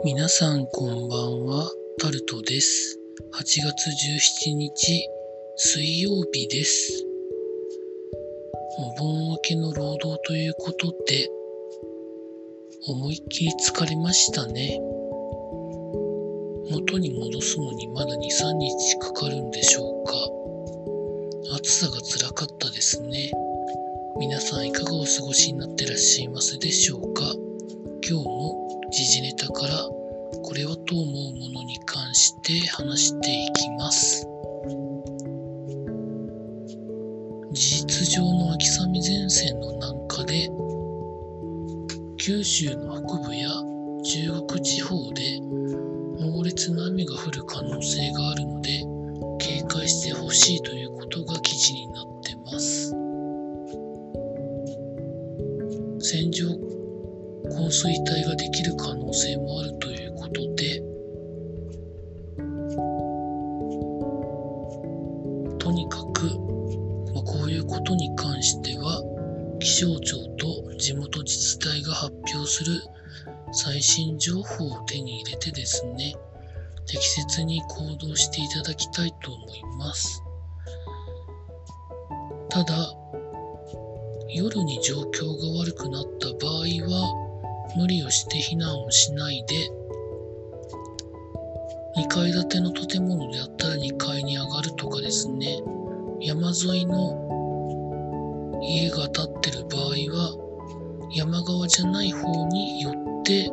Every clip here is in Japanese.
皆さんこんばんは、タルトです。8月17日、水曜日です。お盆明けの労働ということで、思いっきり疲れましたね。元に戻すのにまだ2、3日かかるんでしょうか。暑さが辛かったですね。皆さんいかがお過ごしになってらっしゃいますでしょうか。今日も時事ネタからこれはと思うものに関して話していきます。事実上の秋雨前線の南下で九州の北部や中国地方で猛烈な雨が降る可能性があるので警戒してほしいということが記事になってます。線状降水帯ができる可能性もあるということで、とにかく、こういうことに関しては気象庁と地元自治体が発表する最新情報を手に入れてですね、適切に行動していただきたいと思います。ただ、夜に状況が悪くなった場合は無理をして避難をしないで、2階建ての建物であったら2階に上がるとかですね、山沿いの家が建ってる場合は山側じゃない方に寄って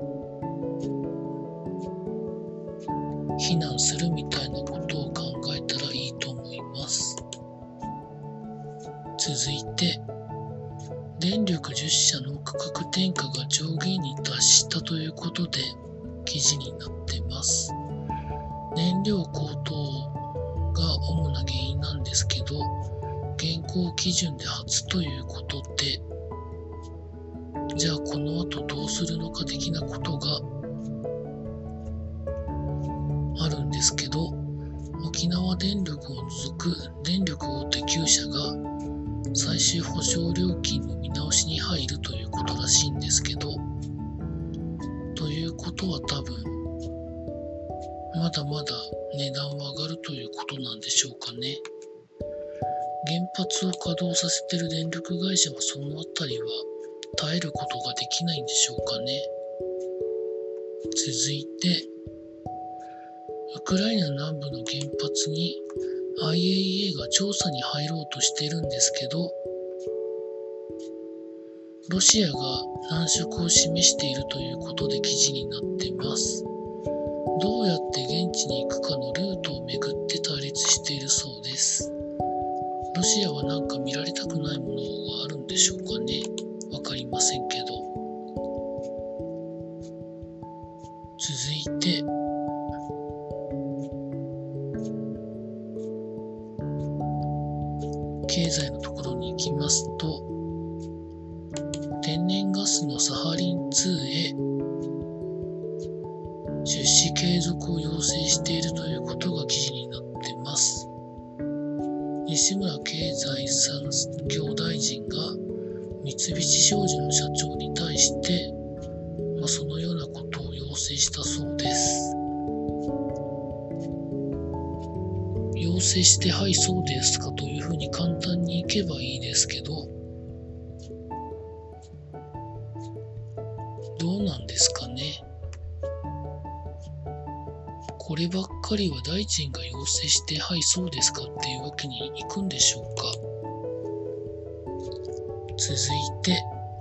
避難するみたいなことを考えたらいいと思います。続いて、電力10社の価格転嫁が上限に達したということで記事になっています。燃料高騰が主な原因なんですけど、現行基準で初ということで、じゃあこの後どうするのか的なことがあるんですけど、沖縄電力を除く電力大手9社が最終保証料金の見直しに入るということらしいんですけど、ということは多分まだまだ値段は上がるということなんでしょうかね。原発を稼働させている電力会社はそのあたりは耐えることができないんでしょうかね。続いて、ウクライナ南部の原発に IAEA が調査に入ろうとしているんですけど、ロシアが難色を示しているということで記事になっています。どうやって現地に行くかのルートをめぐって対立しているそうです。ロシアはなんか見られたくないものがあるんでしょうかね。わかりませんけど。続いて、経済のところに行きますと、天然ガスのサハリン2へ出資継続を要請しているということが記事になっています。西村経済産業大臣が三菱商事の社長に対して、そのようなことを要請したそうです。要請してはいそうですかというふうに簡単にいけばいいですけど、どうなんですかね。こればっかりは大臣が要請してはいそうですかっていうわけにいくんでしょうか。続いて、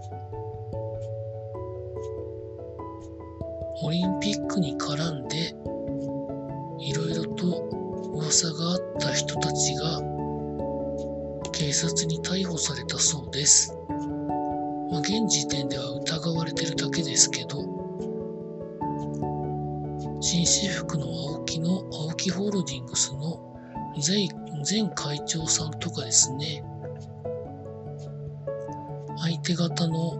オリンピックに絡んでいろいろと噂があった人たちが警察に逮捕されたそうです。現時点では疑われてるだけですけど、紳士服の青木ホールディングスの前会長さんとかですね、相手方の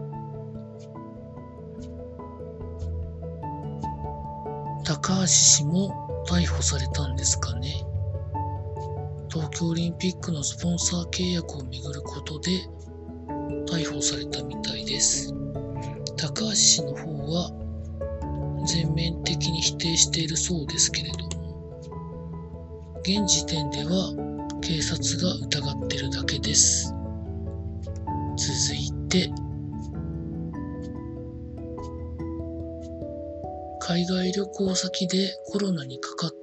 高橋氏も逮捕されたんですかね。東京オリンピックのスポンサー契約をめぐることで逮捕されたみたいです。高橋氏の方は全面的に否定しているそうですけれども、現時点では警察が疑っているだけです。続いて、海外旅行先でコロナにかかって、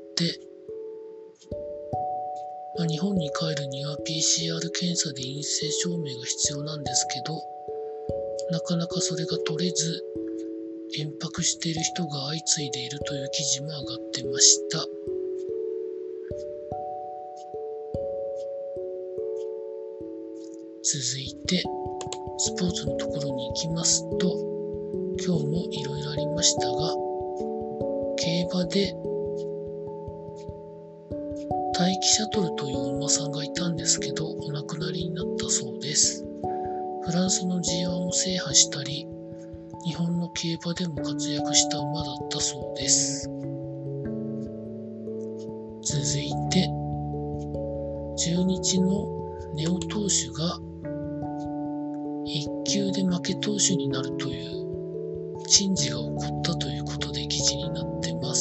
日本に帰るには PCR 検査で陰性証明が必要なんですけど、なかなかそれが取れず、延泊している人が相次いでいるという記事も上がってました。続いて、スポーツのところに行きますと、今日もいろいろありましたが、競馬で大気シャトルというお馬さんがいたんですけど、お亡くなりになったそうです。フランスの G1 を制覇したり、日本の競馬でも活躍した馬だったそうです。続いて、中日の根尾投手が1球で負け投手になるという珍事が起こったということで記事になってます。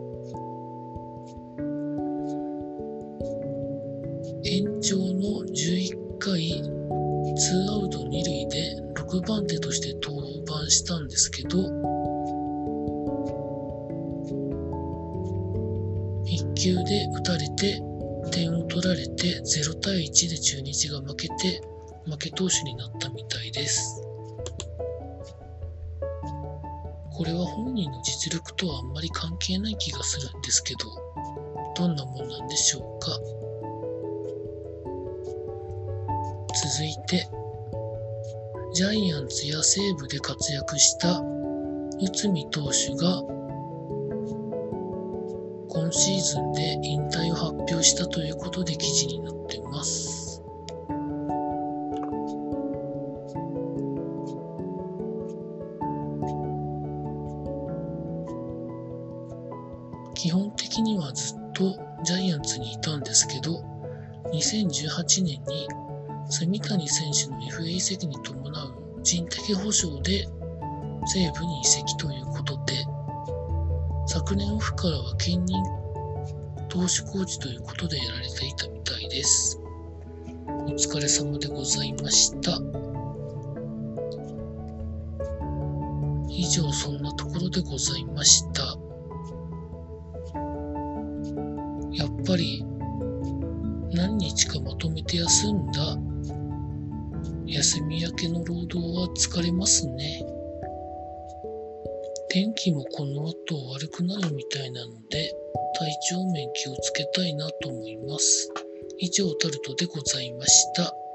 延長の11回2アウト2塁で6番手として登板したんですけど、1球で打たれて点を取られて0対1で中日が負けて負け投手になったみたいです。これは本人の実力とはあんまり関係ない気がするんですけど、どんなもんなんでしょうか。続いて、ジャイアンツや西武で活躍した内海投手が今シーズンで引退を発表したということで記事になっています。基本的にはずっとジャイアンツにいたんですけど、2018年に住谷選手の FA 移籍に伴う人的保障で西武に移籍ということで、昨年オフからは兼任投手コーチということでやられていたみたいです。お疲れ様でございました。以上そんなところでございました。やっぱり何日かまとめて休んだ休み明けの労働は疲れますね。天気もこの後悪くなるみたいなので、体調面気をつけたいなと思います。以上タルトでございました。